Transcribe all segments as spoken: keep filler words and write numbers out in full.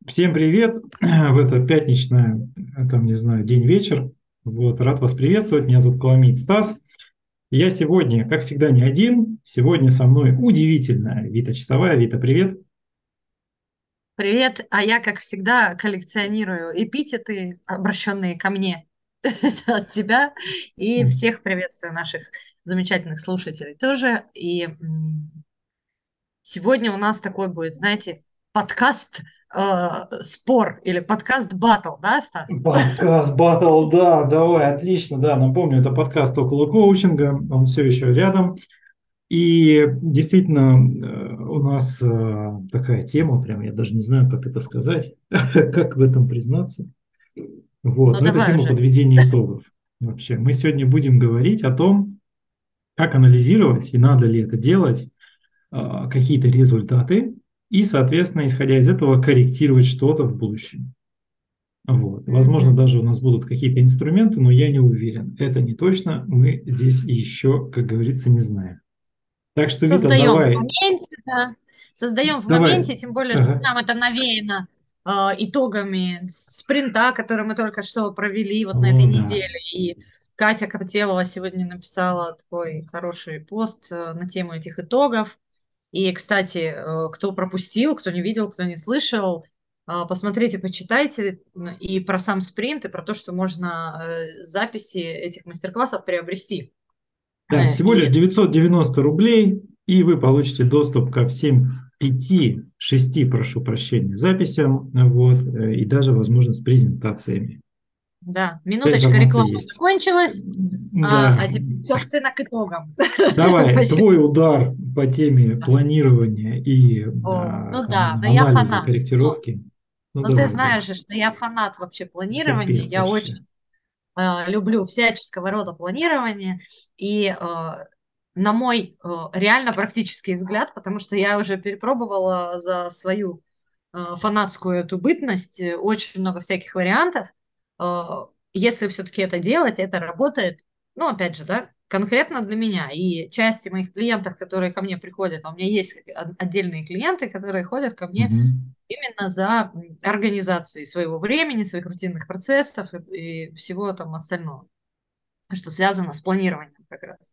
Всем привет! В это пятничное, э, там, не знаю, день-вечер. Вот, рад вас приветствовать. Меня зовут Коломит Стас. Я сегодня, как всегда, не один. Сегодня со мной удивительная Вита Часовая. Вита, привет! Привет, а я, как всегда, коллекционирую эпитеты, обращенные ко мне от тебя, и всех приветствую наших замечательных слушателей тоже. И м, сегодня у нас такой будет, знаете, подкаст э, спор или подкаст батл, да, Стас? Подкаст Battle, да, давай, отлично, да, напомню, это подкаст около коучинга, он все еще рядом. И действительно, э, у нас э, такая тема, прям я даже не знаю, как это сказать, как в этом признаться. Вот, Ну но это давай тема уже. подведения итогов. Вообще, мы сегодня будем говорить о том, как анализировать и надо ли это делать, а, какие-то результаты и, соответственно, исходя из этого, корректировать что-то в будущем. Вот. Возможно, Мгм. даже у нас будут какие-то инструменты, но я не уверен. Это не точно. Мы здесь еще, как говорится, не знаем. Так что, Вита, Создаем в давай, моменте, да. Создаем в давай. моменте, тем более, что Ага. нам это навеяно э, итогами спринта, который мы только что провели вот на этой О, да. неделе. И Катя Коптелова сегодня написала такой хороший пост э, на тему этих итогов. И, кстати, э, кто пропустил, кто не видел, кто не слышал, э, посмотрите, почитайте н- и про сам спринт, и про то, что можно э, записи этих мастер-классов приобрести. Да, Э, всего лишь И девятьсот девяносто рублей, и вы получите доступ ко всем пяти, шести, прошу прощения, записям, вот, э, и даже, возможно, с презентациями. Да, Вся минуточка информация рекламы есть. закончилась, а, Да, а теперь, собственно, к итогам. давай, Почему? твой удар по теме планирования и, О, а, ну там, не да, но знаю, я анализа, фанат. Ну, корректировки. Ну, ну, ты давай, давай. знаешь же, что я фанат вообще планирования. Капец Я вообще. очень э, люблю всяческого рода планирование. И э, на мой э, реально практический взгляд, потому что я уже перепробовала за свою э, фанатскую эту бытность э, очень много всяких вариантов. Э, Если все-таки это делать, это работает, ну, опять же, да, конкретно для меня. И части моих клиентов, которые ко мне приходят, а у меня есть от- отдельные клиенты, которые ходят ко мне Мгм. именно за м, организацией своего времени, своих рутинных процессов и, и всего там остального, что связано с планированием как раз.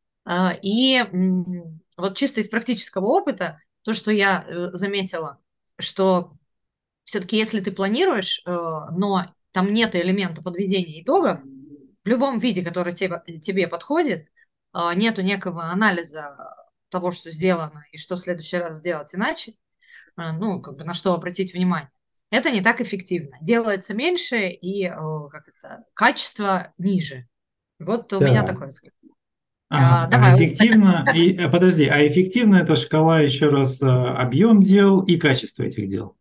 А, И м, вот чисто из практического опыта, то, что я э, заметила, что все-таки если ты планируешь, э, но там нет элемента подведения итогов, в любом виде, который тебе, тебе подходит, а, нету некого анализа того, что сделано и что в следующий раз сделать иначе, а, ну, как бы на что обратить внимание. Это не так эффективно. Делается меньше и э, как это, качество ниже. Вот у меня Так. такой взгляд. А, А, а давай, опыт. эффективно, и, э, подожди, а эффективно это шкала еще раз а, объем дел и качество этих дел.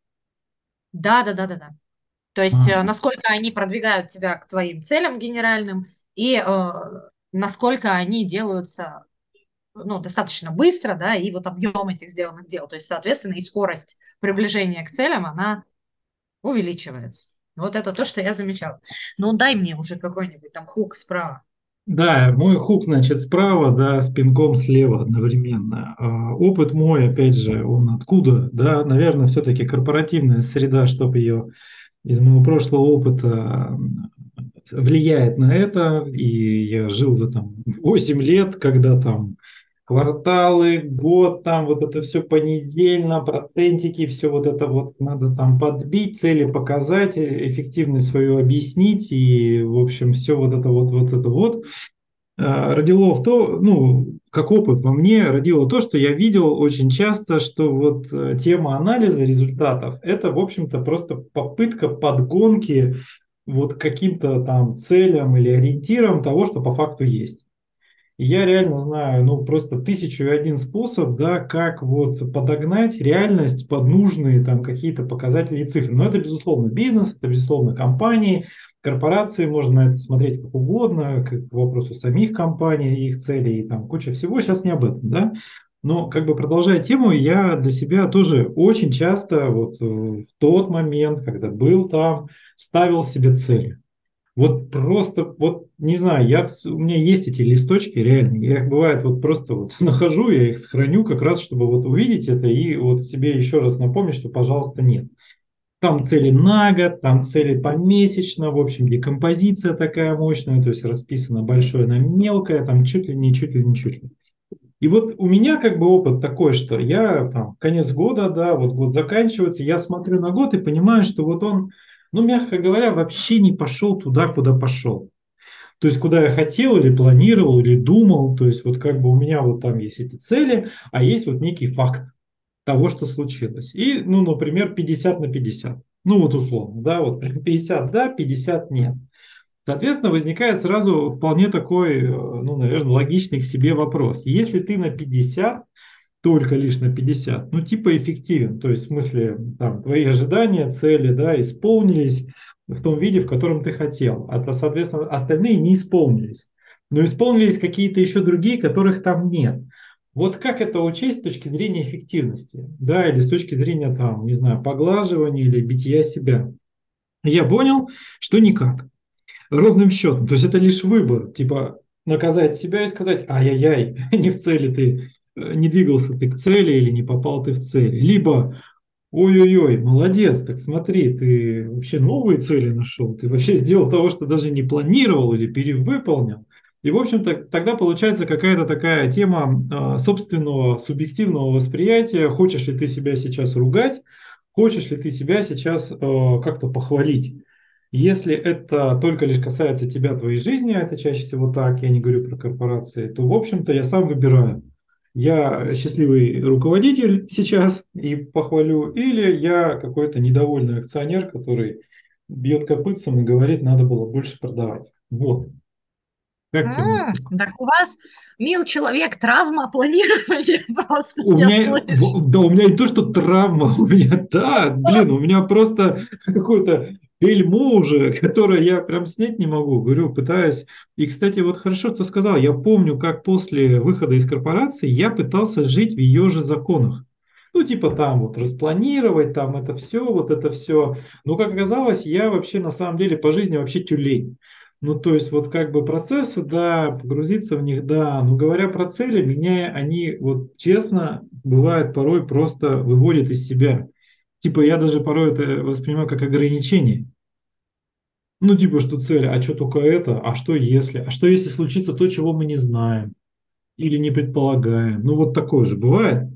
Да, да, да, да, да. То есть э, Ага. насколько они продвигают тебя к твоим целям генеральным и э, насколько они делаются ну, достаточно быстро, да, и вот объем этих сделанных дел. То есть, соответственно, и скорость приближения к целям, она увеличивается. Вот это то, что я замечала. Ну, дай мне уже какой-нибудь там хук справа. Да, мой хук, значит, справа, да, с пинком слева одновременно. А, опыт мой, опять же, он откуда, да, наверное, все-таки корпоративная среда, чтобы ее из моего прошлого опыта м, влияет на это. И я жил в этом восемь лет, когда там кварталы, год, там вот это все понедельно, процентики, все вот это вот надо там подбить, цели показать, э, эффективность свою объяснить и, в общем, все вот это вот, вот это вот а, родило в то, ну, как опыт во мне, родило то, что я видел очень часто, что вот э, тема анализа результатов – это, в общем-то, просто попытка подгонки вот к каким-то там целям или ориентирам того, что по факту есть. И я реально знаю, ну, просто тысячу и один способ, да, как вот подогнать реальность под нужные там какие-то показатели и цифры. Но это, безусловно, бизнес, это, безусловно, компании, корпорации, можно на это смотреть как угодно, как к вопросу самих компаний, их целей, и там куча всего, сейчас не об этом, да. Но как бы продолжая тему, я для себя тоже очень часто вот э, в тот момент, когда был там, ставил себе цели. Вот просто, вот не знаю, я, вс- у меня есть эти листочки, реально, я их бывает вот просто вот нахожу, я их храню как раз, чтобы вот увидеть это и вот себе еще раз напомнить, что, пожалуйста, нет. Там цели на год, там цели помесячно, в общем, декомпозиция такая мощная, то есть расписано большое на мелкое, там чуть ли не, чуть ли не, чуть ли. И вот у меня как бы опыт такой, что я там конец года, да, вот год заканчивается, я смотрю на год и понимаю, что вот он, ну, мягко говоря, вообще не пошел туда, куда пошел. То есть, куда я хотел или планировал, или думал, то есть, вот как бы у меня вот там есть эти цели, а есть вот некий факт того, что случилось. И, ну, например, пятьдесят на пятьдесят. Ну, вот условно, да, вот прям пятьдесят да, пятьдесят нет. Соответственно, возникает сразу вполне такой, э, ну, наверное, логичный к себе вопрос. Если ты на пятьдесят, только лишь на пятьдесят, ну, типа эффективен, то есть, в смысле, там, твои ожидания, цели, да, исполнились в том виде, в котором ты хотел, а, то, соответственно, остальные не исполнились. Но исполнились какие-то еще другие, которых там нет. Вот как это учесть с точки зрения эффективности, да, или с точки зрения, там, не знаю, поглаживания или битья себя? Я понял, что никак. Ровным счетом. То есть это лишь выбор. Типа наказать себя и сказать, ай-яй-яй, не в цели ты, э, не двигался ты к цели или не попал ты в цель. Либо, ой-ой-ой, молодец, так смотри, ты вообще новые цели нашел, ты вообще сделал того, что даже не планировал или перевыполнил. И, в общем-то, тогда получается какая-то такая тема а, собственного субъективного восприятия. Хочешь ли ты себя сейчас ругать, хочешь ли ты себя сейчас а, как-то похвалить. Если это только лишь касается тебя, твоей жизни, а это чаще всего так, я не говорю про корпорации, то, в общем-то, я сам выбираю. Я счастливый руководитель сейчас и похвалю, или я какой-то недовольный акционер, который бьет копытцем и говорит, надо было больше продавать. Вот. Как тебе мой М, хук? так у вас, мил человек, травма планирования просто, У я меня, слышу. в- да, у меня не то, что травма, у меня, да, блин, у меня просто какое-то бельмо уже, которое я прям снять не могу, говорю, пытаюсь. И, кстати, вот хорошо, что сказал, я помню, как после выхода из корпорации я пытался жить в ее же законах. Ну, типа там вот распланировать, там это все, вот это все. Но, как оказалось, я вообще на самом деле по жизни вообще тюлень. Ну, то есть вот как бы процессы, да, погрузиться в них, да, но говоря про цели, меня они, вот честно, бывает порой просто выводят из себя. Типа я даже порой это воспринимаю как ограничение. Ну, типа, что цель, а что только это, а что если, а что если случится то, чего мы не знаем или не предполагаем. Ну, вот такое же бывает.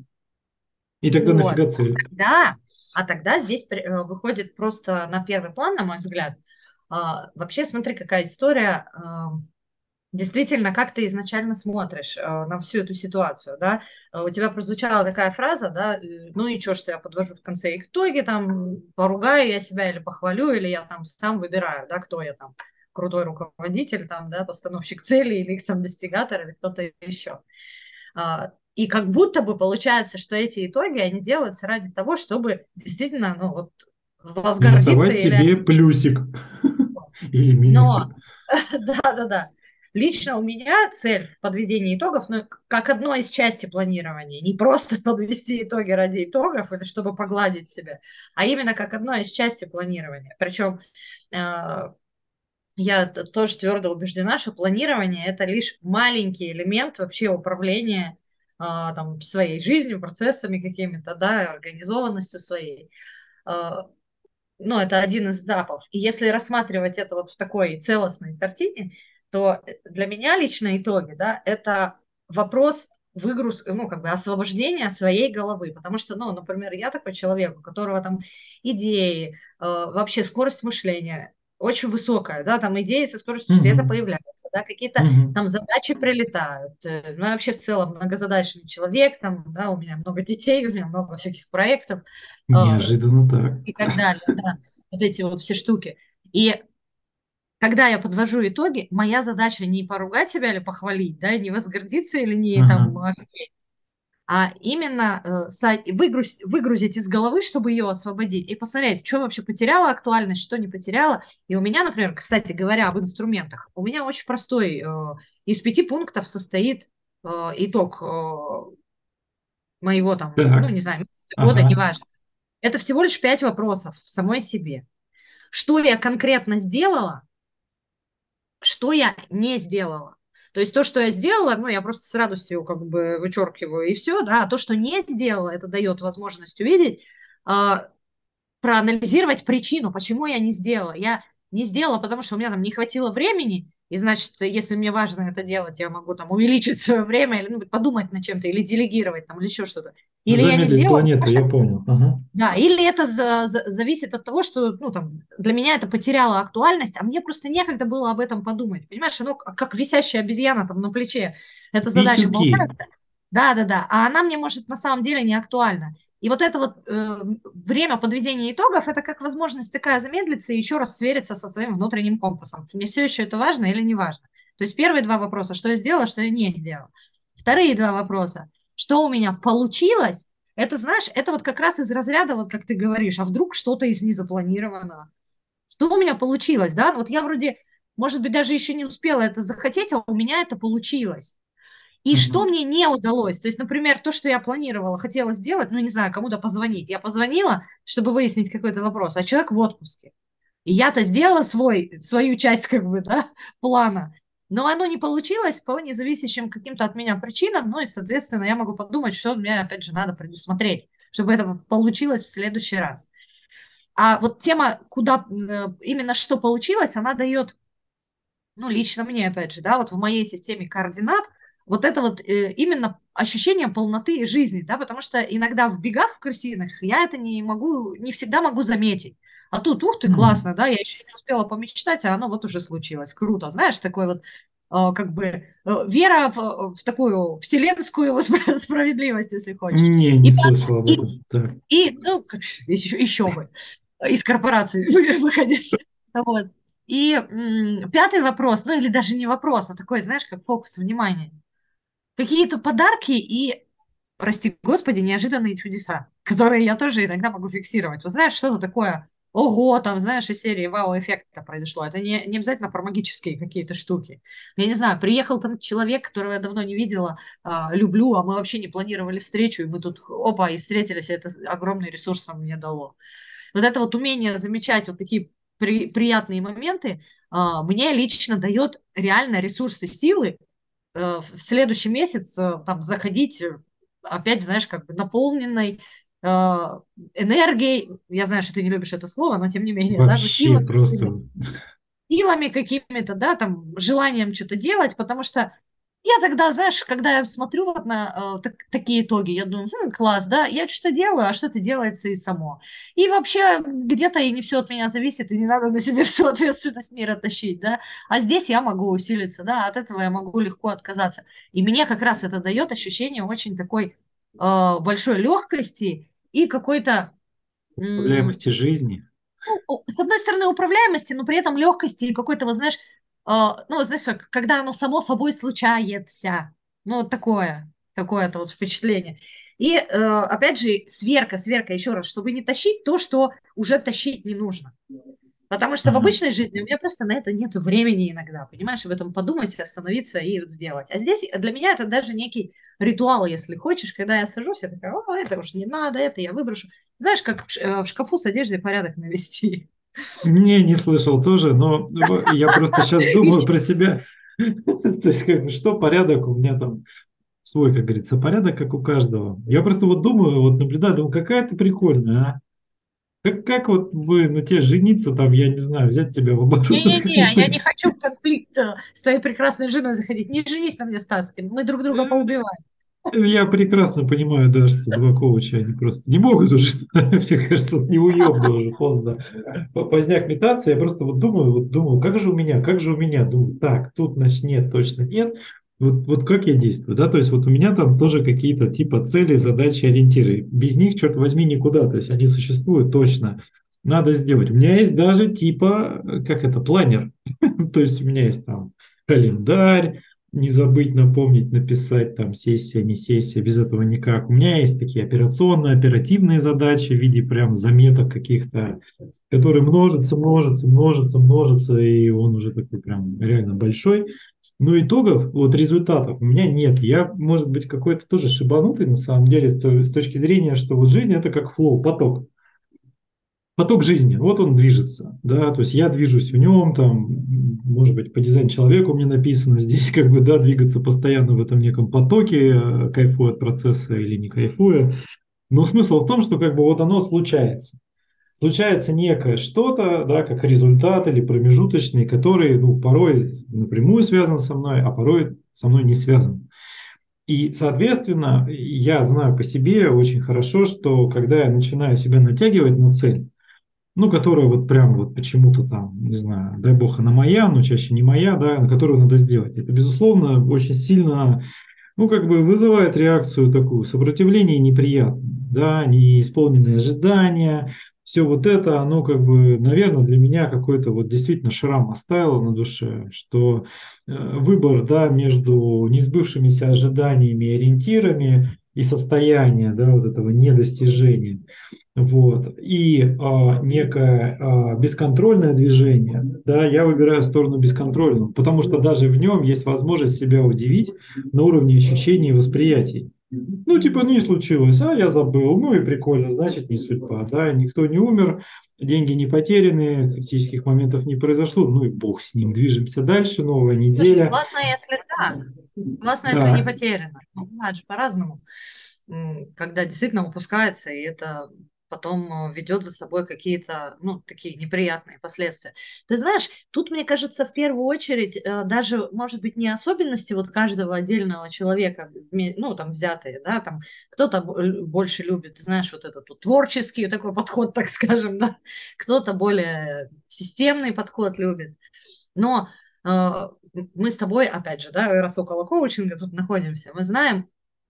И тогда Вот. нафига А цель? тогда, а тогда здесь при- э, выходит просто на первый план, на мой взгляд. А, вообще, смотри, какая история. а, Действительно, как ты изначально смотришь э, на всю эту ситуацию, да? Э, У тебя прозвучала такая фраза, да, э, ну и что, что я подвожу в конце итоги, там, поругаю я себя или похвалю, или я там сам выбираю, да, кто я там, крутой руководитель, там, да, постановщик целей, или там достигатор, или кто-то еще. А, И как будто бы получается, что эти итоги, они делаются ради того, чтобы действительно, ну, вот, возгордиться Нарисовать или... себе плюсик или минусик. Но, да-да-да, лично у меня цель в подведении итогов, ну, как одно из части планирования, не просто подвести итоги ради итогов или чтобы погладить себя, а именно как одно из части планирования. Причем э, я т- тоже твердо убеждена, что планирование – это лишь маленький элемент вообще управления а, там, своей жизнью, процессами какими-то, да, организованностью своей. А, ну, это один из этапов. И если рассматривать это вот в такой целостной картине, то для меня лично итоги, да, это вопрос выгруз, ну, как бы освобождения своей головы, потому что, ну, например, я такой человек, у которого там идеи, э, вообще скорость мышления очень высокая, да, там идеи со скоростью света Мгм. появляются, да, какие-то Мгм. там задачи прилетают, э, ну, я вообще в целом многозадачный человек, там, да, у меня много детей, у меня много всяких проектов, э, Неожиданно так. и так далее, да, вот эти вот все штуки. И когда я подвожу итоги, моя задача не поругать себя или похвалить, да, не возгордиться или не Ага. там, офигеть, а именно э, са- выгруз- выгрузить из головы, чтобы ее освободить, и посмотреть, что вообще потеряла актуальность, что не потеряла. И у меня, например, кстати говоря, об инструментах, у меня очень простой, э, из пяти пунктов состоит э, итог э, моего там, ну, Так. не знаю, месяца, года, Ага. неважно. Это всего лишь пять вопросов в самой себе. Что я конкретно сделала, что я не сделала. То есть то, что я сделала, ну, я просто с радостью как бы вычеркиваю и все, да, а то, что не сделала, это дает возможность увидеть, а, проанализировать причину, почему я не сделала. Я не сделала, потому что у меня там не хватило времени, и значит, если мне важно это делать, я могу там увеличить свое время, или ну, подумать над чем-то, или делегировать там, или еще что-то. Или я не Замедлить сделала, планету, потому что я понял. Ага. да, или это за- за- зависит от того, что, ну, там, для меня это потеряло актуальность, а мне просто некогда было об этом подумать. Понимаешь, оно к- как висящая обезьяна там на плече. Эта задача Висюки. болтается. Да, да, да. А она мне, может, на самом деле не актуальна. И вот это вот э, время подведения итогов, это как возможность такая замедлиться и еще раз свериться со своим внутренним компасом. Мне все еще это важно или не важно. То есть первые два вопроса, что я сделала, что я не сделала. Вторые два вопроса, что у меня получилось, это, знаешь, это вот как раз из разряда, вот как ты говоришь, а вдруг что-то из незапланированного? Что у меня получилось, да? Вот я вроде, может быть, даже еще не успела это захотеть, а у меня это получилось. И что Мгм. мне не удалось? То есть, например, то, что я планировала, хотела сделать, ну, не знаю, кому-то позвонить. Я позвонила, чтобы выяснить какой-то вопрос, а человек в отпуске. И я-то сделала свой, свою часть, как бы, да, плана. Но оно не получилось по независящим каким-то от меня причинам. Ну и, соответственно, я могу подумать, что мне, опять же, надо предусмотреть, чтобы это получилось в следующий раз. А вот тема, куда э, именно что получилось, она дает, ну, лично мне, опять же, да, вот в моей системе координат, вот это вот э, именно ощущение полноты жизни, да, потому что иногда в бегах в крысиных я это не могу, не всегда могу заметить. А тут, ух ты, М. классно, да, я еще не успела помечтать, а оно вот уже случилось. Круто, знаешь, такой вот э, как бы э, вера в, в такую вселенскую спра- справедливость, если хочешь. Не, не И, слышал об и, этом. Так. и ну, как, еще, еще бы, из корпорации выходить. Вот. И м, пятый вопрос, ну или даже не вопрос, а такой, знаешь, как фокус внимания. Какие-то подарки и, прости господи, неожиданные чудеса, которые я тоже иногда могу фиксировать. Вот знаешь, что-то такое, ого, там, знаешь, из серии вау-эффекта произошло. Это не, не обязательно про магические какие-то штуки. Я не знаю, приехал там человек, которого я давно не видела, а, люблю, а мы вообще не планировали встречу, и мы тут, опа, и встретились, и это огромный ресурс вам мне дало. Вот это вот умение замечать вот такие при, приятные моменты а, мне лично дает реально ресурсы, силы э, в следующий месяц э, там заходить э, опять, знаешь, как бы наполненной э, энергией. Я знаю, что ты не любишь это слово, но тем не менее, да, но Вообще силами, просто. силами какими-то, да, там, желанием что-то делать, потому что я тогда, знаешь, когда я смотрю вот на э, так- такие итоги, я думаю, «Хм, класс, да, я что-то делаю, а что-то делается и само. И вообще где-то и не все от меня зависит, и не надо на себе всю ответственность мира тащить, да. А здесь я могу усилиться, да, от этого я могу легко отказаться. И мне как раз это дает ощущение очень такой э, большой легкости и какой-то Управляемости жизни. ну, о- с одной стороны, управляемости, но при этом легкости и какой-то, вот знаешь, э, ну, вот знаешь, как, когда оно само собой случается. Ну, вот такое, какое-то вот впечатление. И, э, опять же, сверка, сверка, еще раз, чтобы не тащить то, что уже тащить не нужно. Потому что в Ага. обычной жизни у меня просто на это нет времени иногда, понимаешь, об этом подумать, остановиться и вот сделать. А здесь для меня это даже некий ритуал, если хочешь, когда я сажусь, я такая, о, это уж не надо, это я выброшу. Знаешь, как в ш- э, в шкафу с одеждой порядок навести. Не, не слышал тоже, но в- я просто сейчас думаю про себя. То есть, как бы, что порядок у меня там свой, как говорится, порядок, как у каждого. Я просто вот думаю, вот наблюдаю, думаю, какая ты прикольная, а? Как, как вот бы на тебе жениться, там, я не знаю, взять тебя в оборот, как Не-не-не, я бы. не хочу в конфликт э, с твоей прекрасной женой заходить. Не женись на мне, Стас, мы друг друга поубиваем. Я прекрасно понимаю, да, что два коуча, они просто не могут уже, мне кажется, неуемно уже поздно. По- Поздняк метаться, я просто вот думаю, вот думаю, как же у меня, как же у меня, думаю, так, тут, значит, нет, точно нет. Вот, вот как я действую, да, то есть вот у меня там тоже какие-то типа цели, задачи, ориентиры. Без них, черт возьми, никуда, то есть они существуют точно. Надо сделать. У меня есть даже типа, э, как это, планер. То есть у меня есть там календарь, не забыть напомнить, написать там сессия, не сессия, без этого никак. У меня есть такие операционные, оперативные задачи в виде прям заметок каких-то, которые множатся, множатся, множатся, множатся, и он уже такой прям реально большой. Но итогов, вот результатов у меня нет. Я, может быть, какой-то тоже шибанутый на самом деле, с той- с точки зрения, что вот жизнь это как флоу, поток поток жизни, вот он движется, да, то есть я движусь в нем, там, может быть, по дизайн человека у меня написано здесь, как бы, да, двигаться постоянно в этом неком потоке, э, кайфуя от процесса или не кайфуя, но смысл в том, что, как бы, вот оно случается. случается некое что-то, да, как результат или промежуточный, который, ну, порой напрямую связан со мной, а порой со мной не связан. И, соответственно, я знаю по себе очень хорошо, что когда я начинаю себя натягивать на цель, ну, которая вот прям вот почему-то там, не знаю, дай бог она моя, но чаще не моя, да, на которую надо сделать. Это, безусловно, очень сильно, ну, как бы вызывает реакцию такую, сопротивление неприятное, да, неисполненные ожидания, все вот это, оно как бы, наверное, для меня какой-то вот действительно шрам оставило на душе, что э, выбор, да, между несбывшимися ожиданиями и ориентирами и состояние, да, вот этого недостижения, вот, и а, некое а, бесконтрольное движение, да, я выбираю сторону бесконтрольного, потому что даже в нем есть возможность себя удивить на уровне ощущений и восприятий. Ну, типа, не случилось, а я забыл, ну и прикольно, значит, не судьба, да, никто не умер, деньги не потеряны, критических моментов не произошло, ну и бог с ним, движемся дальше, новая Слушай, неделя. классно, если так. Классно, если не Да, потеряно. Ну, бывает же по-разному. М, Когда действительно упускается, и это потом э, ведет за собой какие-то, ну, такие неприятные последствия. Ты знаешь, тут, мне кажется, в первую очередь, э, даже, может быть, не особенности вот каждого отдельного человека, вме- ну, там, взятые, да, там, кто-то бо- лю- больше любит, ты знаешь, вот этот вот творческий такой подход, так скажем, да, кто-то более системный подход любит. Но э, мы с тобой, опять же, да, раз около коучинга тут находимся, мы знаем,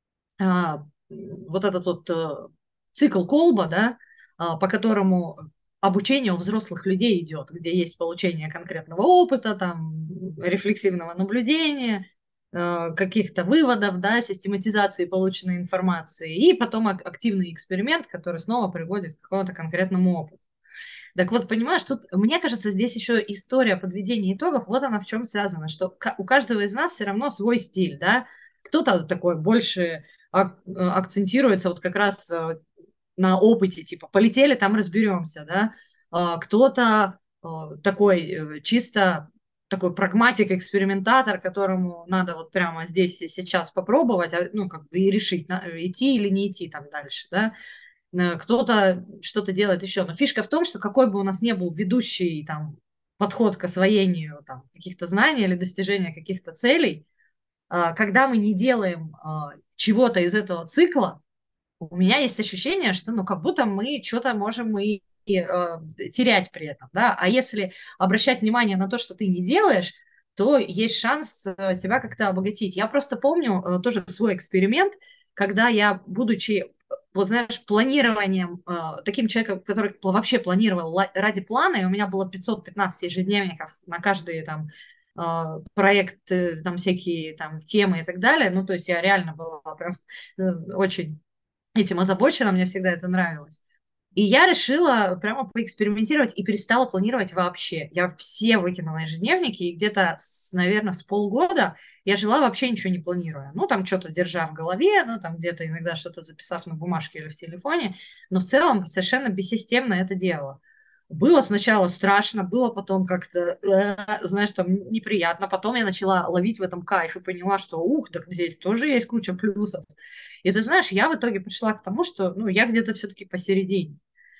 а, вот этот вот э, цикл Колба, да, а, по которому обучение у взрослых людей идет, где есть получение конкретного опыта, там, рефлексивного наблюдения, э, каких-то выводов, да, систематизации полученной информации, и потом ак- активный эксперимент, который снова приводит к какому-то конкретному опыту. Так вот, понимаешь, тут, мне кажется, здесь еще история подведения итогов, вот она в чем связана, что ка- у каждого из нас все равно свой стиль, да, кто-то такой больше ак- э, акцентируется вот как раз э, на опыте, типа, полетели, там разберемся, да, А кто-то э, такой э, чисто такой прагматик, экспериментатор, которому надо вот прямо здесь и сейчас попробовать, а, ну, как бы и решить, на- идти или не идти там дальше, да, э, кто-то что-то делает еще. Но фишка в том, что какой бы у нас ни был ведущий там подход к освоению там, каких-то знаний или достижения каких-то целей, а, когда мы не делаем а, чего-то из этого цикла, у меня есть ощущение, что ну как будто мы что-то можем и, и, э, терять при этом, да. А если обращать внимание на то, что ты не делаешь, то есть шанс э, себя как-то обогатить. Я просто помню э, тоже свой эксперимент, когда я, будучи, э, вот знаешь, планированием, э, таким человеком, который пл- вообще планировал ла- ради плана, и у меня было пятьсот пятнадцать ежедневников на каждый там э, проект, э, там всякие там темы и так далее. Ну, то есть я реально была прям э, очень этим озабочена, мне всегда это нравилось. И я решила прямо поэкспериментировать и перестала планировать вообще. Я все выкинула ежедневники, и где-то, с, наверное, с полгода я жила вообще ничего не планируя. Ну, там что-то держа в голове, ну, там где-то иногда что-то записав на бумажке или в телефоне, но в целом совершенно бессистемно это делала. Было сначала страшно, было потом как-то, э, знаешь, там неприятно. Потом я начала ловить в этом кайф и поняла, что, ух, так здесь тоже есть куча плюсов. И ты знаешь, я в итоге пришла к тому, что, ну, я где-то все-таки посередине.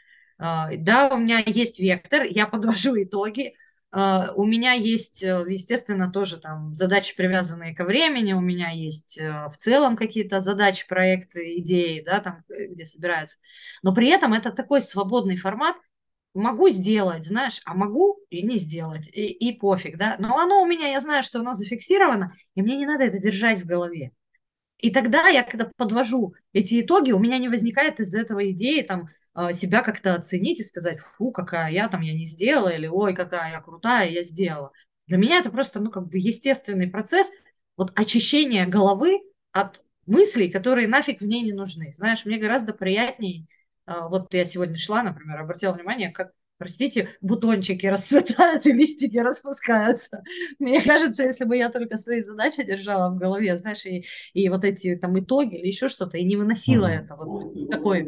А, Да, у меня есть вектор, я подвожу итоги. А, У меня есть, э, естественно, тоже там задачи, привязанные ко времени, у меня есть э, в целом какие-то задачи, проекты, идеи, да, там, э, где собираются. Но при этом это такой свободный формат, могу сделать, знаешь, а могу и не сделать, и, и пофиг, да. Но оно у меня, я знаю, что оно зафиксировано, и мне не надо это держать в голове. И тогда я, когда подвожу эти итоги, у меня не возникает из этого идеи там а, себя как-то оценить и сказать, фу, какая я там, я не сделала, или ой, какая я крутая, я сделала. Для меня это просто, ну, как бы естественный процесс вот очищения головы от мыслей, которые нафиг в ней не нужны. Знаешь, мне гораздо приятнее, а, вот я сегодня шла, например, обратила внимание, как, простите, бутончики расцветают и листики распускаются. Мне кажется, если бы я только свои задачи держала в голове, знаешь, и и вот эти там итоги или еще что-то, и не выносила ага. это вот такой, э,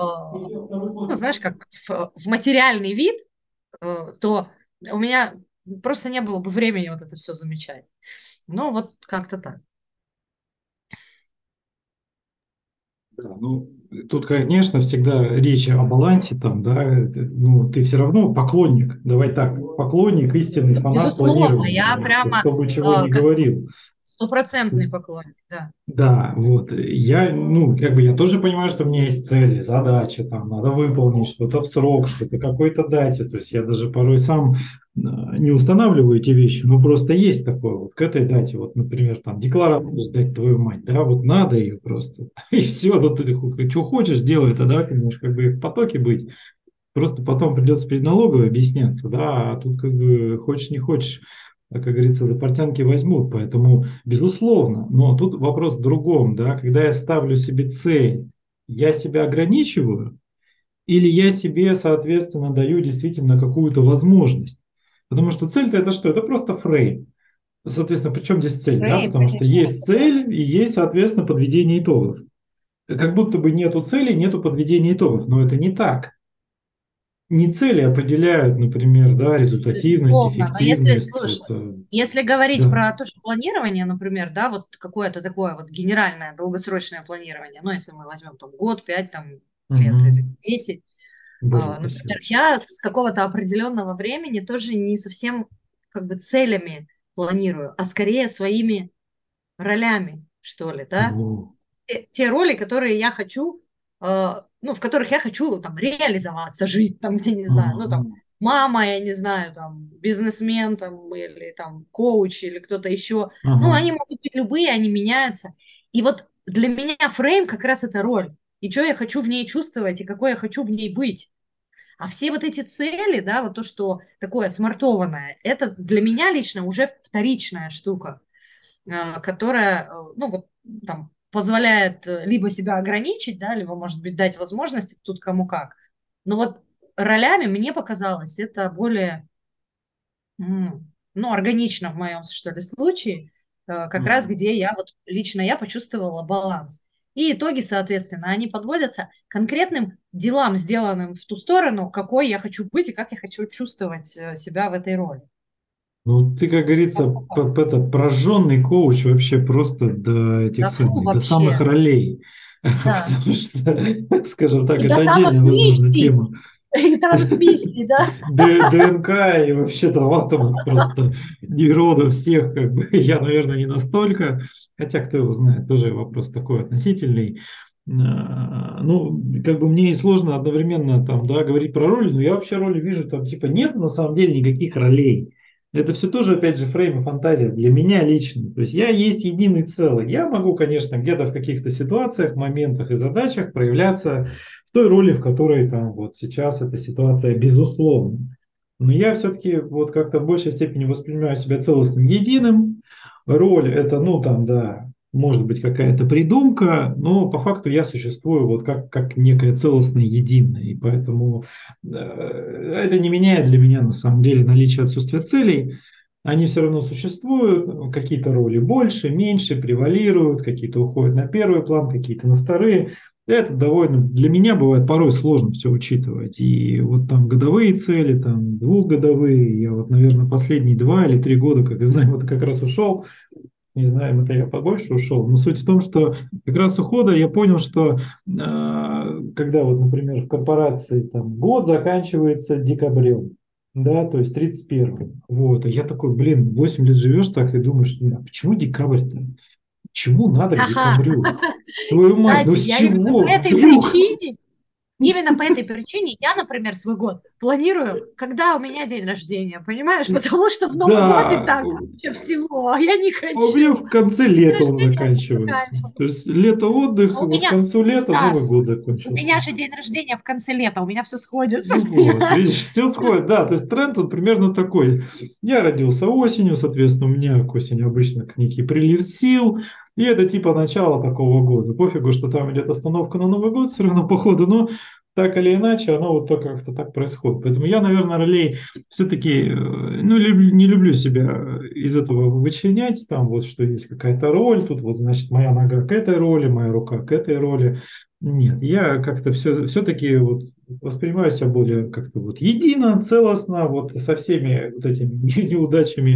ну, знаешь, как в, в материальный вид, э, то у меня просто не было бы времени вот это все замечать. Ну, вот как-то так. Да, ну, тут, конечно, всегда речь о балансе, там, да, это, ну, ты все равно поклонник, давай так, поклонник, истинный фанат Безусловно, планирования, я вот, прямо кто бы чего э, ни как говорил. стопроцентный поклонник, да. Да, вот, я, ну, как бы я тоже понимаю, что у меня есть цели, задачи, там, надо выполнить что-то в срок, что-то какой-то дате, то есть я даже порой сам э, не устанавливаю эти вещи, но просто есть такое, вот к этой дате, вот, например, там, декларацию сдать твою мать, да, вот надо ее просто, и все, ну, ты что хочешь, делай это, да, ты можешь как бы в потоке быть, просто потом придется перед налоговой объясняться, да, а тут как бы хочешь не хочешь, а, как говорится, за портянки возьмут, поэтому, безусловно, но тут вопрос в другом, да, когда я ставлю себе цель, я себя ограничиваю или я себе, соответственно, даю действительно какую-то возможность, потому что цель-то это что? Это просто фрейм. Соответственно, причем здесь цель, да, Фрейм, потому что конечно, есть согласна. цель и есть, соответственно, подведение итогов. Как будто бы нету цели, нету подведения итогов, но это не так. Не цели определяют, например, да, результативность, Безусловно, но если, эффективность. слушай, Вот, э, если говорить да. про то, что планирование, например, да, вот какое-то такое вот генеральное долгосрочное планирование, ну, если мы возьмем там год, пять там лет или Мгм. десять, Боже а, упаси например, вообще. я с какого-то определенного времени тоже не совсем как бы целями планирую, а скорее своими ролями, что ли, да, Во. те, те роли, которые я хочу, э, ну, в которых я хочу там реализоваться, жить там, где не знаю, ну, Ага. там, мама, я не знаю, там, бизнесмен там, или там, коуч, или кто-то еще. Ну, Ага. они могут быть любые, они меняются. И вот для меня фрейм как раз это роль. И что я хочу в ней чувствовать, и какой я хочу в ней быть. А все вот эти цели, да, вот то, что такое смартованное, это для меня лично уже вторичная штука, э, которая, э, ну, вот там позволяет э, либо себя ограничить, да, либо, может быть, дать возможности тут кому как. Но вот ролями мне показалось это более, м, ну, органично в моем, что ли, случае, э, как раз Ага. где я вот лично я почувствовала баланс. И итоги, соответственно, они подводятся к конкретным делам, сделанным в ту сторону, какой я хочу быть и как я хочу чувствовать э, себя в этой роли. Ну, ты, как говорится, п- п- это прожженный коуч вообще просто до этих Да фу, самых, до самых вообще, ролей. да. Потому что, скажем так, И до это самых отдельная, возможно, миссий тема. и трансмиссий, да. Д- ДНК и вообще-то атомов просто нейронов всех, как бы, я, наверное, не настолько, хотя кто его знает, тоже вопрос такой относительный. А, Ну, как бы мне и сложно одновременно там, да, говорить про роли, но я вообще роли вижу там, типа, нет на самом деле никаких ролей. Это все тоже, опять же, фрейм и фантазия для меня лично. То есть я есть единый целый. Я могу, конечно, где-то в каких-то ситуациях, моментах и задачах проявляться в той роли, в которой там вот сейчас эта ситуация, безусловно. Но я все-таки вот как-то в большей степени воспринимаю себя целостным единым. Роль это, ну там, да, может быть какая-то придумка, но по факту я существую вот как, как некое целостное единое. И поэтому э, это не меняет для меня на самом деле наличие отсутствия целей. Они все равно существуют, какие-то роли больше, меньше, превалируют, какие-то уходят на первый план, какие-то на вторые. Это довольно, для меня бывает порой сложно все учитывать. И вот там годовые цели, там двухгодовые, я вот, наверное, последние два или три года, как я знаю, вот как раз ушел, не знаю, это я побольше ушел, но суть в том, что как раз ухода я понял, что э, когда вот, например, в корпорации там год заканчивается декабрем, да, то есть тридцать первым, вот, а я такой, блин, восемь лет живешь так и думаешь, «Ну, а почему декабрь-то? Чему надо к Ха-ха. декабрю? Твою мать, ну Кстати, с я именно по чего этой вдруг? причине, именно по этой причине я, например, свой год планирую, когда у меня день рождения, понимаешь? Потому что в Новый год и Да, так куча всего, а я не а у меня хочу. в конце День лета он рождения заканчивается. То заканчивается. есть лето отдых, А у вот к меня, концу лета Новый Стас, год у меня закончился. же день рождения в конце лета, у меня все сходится, Ну вот, понимаешь? видишь, все сходит, да, то есть тренд он примерно такой. Я родился осенью, соответственно, у меня к осени обычно некий прилив сил, и это типа начало такого года. Пофигу, что там идет остановка на Новый год, все равно по ходу, но так или иначе, оно вот только как-то так происходит. Поэтому я, наверное, ролей все-таки, ну, люб- не люблю себя из этого вычленять, там вот, что есть какая-то роль, тут вот, значит, моя нога к этой роли, моя рука к этой роли. Нет, я как-то все, все-таки вот воспринимаю себя более как-то вот едино, целостно, вот со всеми вот этими неудачами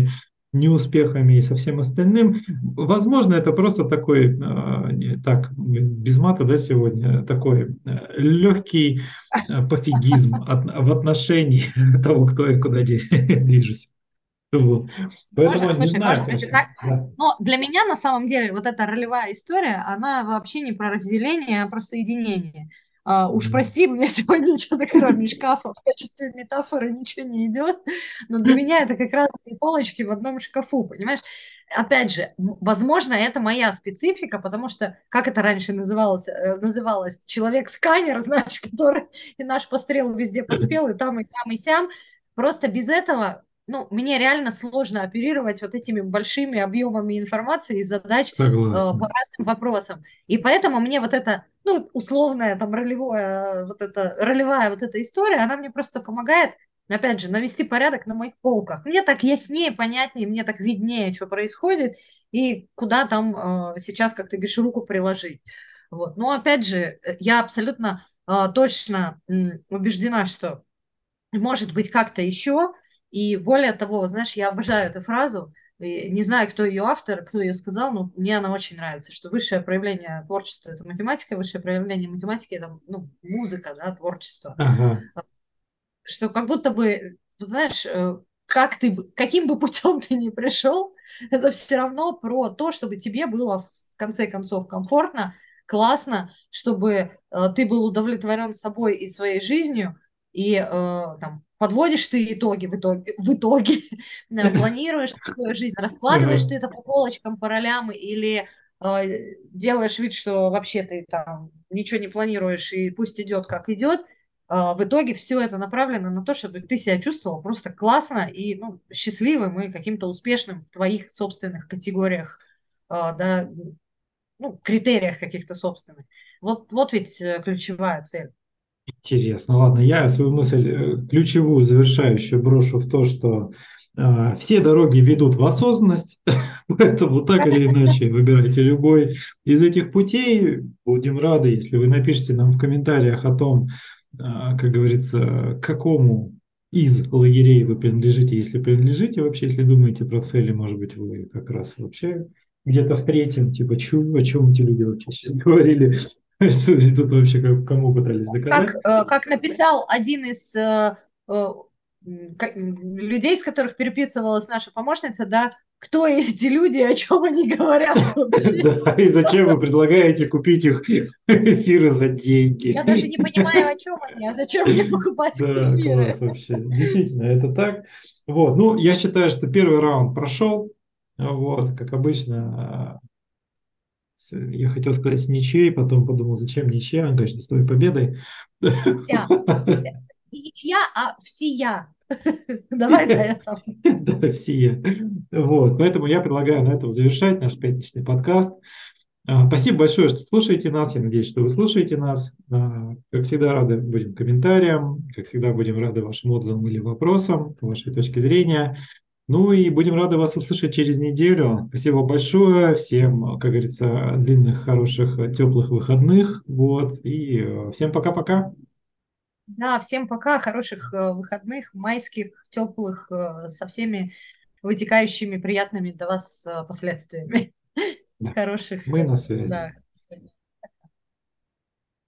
неуспехами и со всем остальным. Возможно, это просто такой, э, не- так, без мата, да, сегодня, такой легкий пофигизм от- в отношении того, кто и куда де- движется. Вот. Поэтому Может, не слушай, знаю, может быть и конечно. так. Да. Но для меня на самом деле вот эта ролевая история, она вообще не про разделение, а про соединение. А, уж Мгм. прости, мне сегодня что-то кроме шкафа в качестве метафоры ничего не идет, но для меня это как раз две полочки в одном шкафу, понимаешь? Опять же, м, возможно, это моя специфика, потому что, как это раньше называлось, э, называлось человек-сканер, знаешь, который и наш пострел везде поспел, и там, и там, и сям. Просто без этого ну, мне реально сложно оперировать вот этими большими объемами информации и задач э, по Согласен. разным вопросам. И поэтому мне вот эта, ну, условная там ролевая, вот эта, ролевая вот эта история, она мне просто помогает, опять же, навести порядок на моих полках. Мне так яснее, понятнее, мне так виднее, что происходит и куда там э, сейчас, как ты говоришь, руку приложить. Вот. Но опять же, э, я абсолютно э, точно м, убеждена, что может быть как-то еще. И более того, знаешь, я обожаю эту фразу. И не знаю, кто ее автор, кто ее сказал, но мне она очень нравится, что высшее проявление творчества– это математика, высшее проявление математики– это ну, музыка, да, творчество. Ага. Что как будто бы, знаешь, э, как ты, бы- каким бы путем ты ни пришел, это все равно про то, чтобы тебе было в конце концов комфортно, классно, чтобы э, ты был удовлетворен собой и своей жизнью, и э, там, подводишь ты итоги в итоге, в итоге э, планируешь свою жизнь, раскладываешь Ага. ты это по полочкам, по ролям, или э, делаешь вид, что вообще ты там ничего не планируешь, и пусть идет, как идет, а, в итоге все это направлено на то, чтобы ты себя чувствовал просто классно и ну, счастливым и каким-то успешным в твоих собственных категориях, а, да, ну, критериях каких-то собственных. Вот, вот ведь э, ключевая цель. Интересно. Ладно, я свою мысль э, ключевую, завершающую брошу в то, что э, все дороги ведут в осознанность, поэтому так или иначе выбирайте любой из этих путей. Будем рады, если вы напишите нам в комментариях о том, э, как говорится, к какому из лагерей вы принадлежите, если принадлежите вообще, если думаете про цели, может быть, вы как раз вообще где-то в третьем, типа, чё, о чем эти люди вообще сейчас говорили, что они тут вообще как- кому пытались Как, доказать. э, как написал один из э, э, м, ка- м, людей, с которых переписывалась наша помощница, да, кто эти люди, о чем они говорят вообще? Да, и зачем вы предлагаете купить их эфиры за Я даже деньги? не понимаю, о чем они, а зачем мне покупать их Да, эфиры? класс вообще. Действительно, это так. Вот, ну, я считаю, что первый раунд прошел. Вот, как обычно, с- я хотел сказать с ничьей, потом подумал, зачем ничья, конечно, с твоей победой. Вся, вся. Не ничья, а всея. Давай на этом. Да, все. Вот, поэтому я предлагаю на этом завершать наш пятничный подкаст. А, Спасибо большое, что слушаете нас. Я надеюсь, что вы слушаете нас. А, Как всегда, рады будем комментариям, как всегда, будем рады вашим отзывам или вопросам, по вашей точке зрения. Ну и будем рады вас услышать через неделю. Спасибо большое. Всем, как говорится, длинных, хороших, теплых выходных. Вот. И э, всем пока-пока. Да, всем пока, хороших э, выходных, майских, теплых, э, со всеми вытекающими приятными для вас э, последствиями. Да. Хороших, Мы э, на связи. да,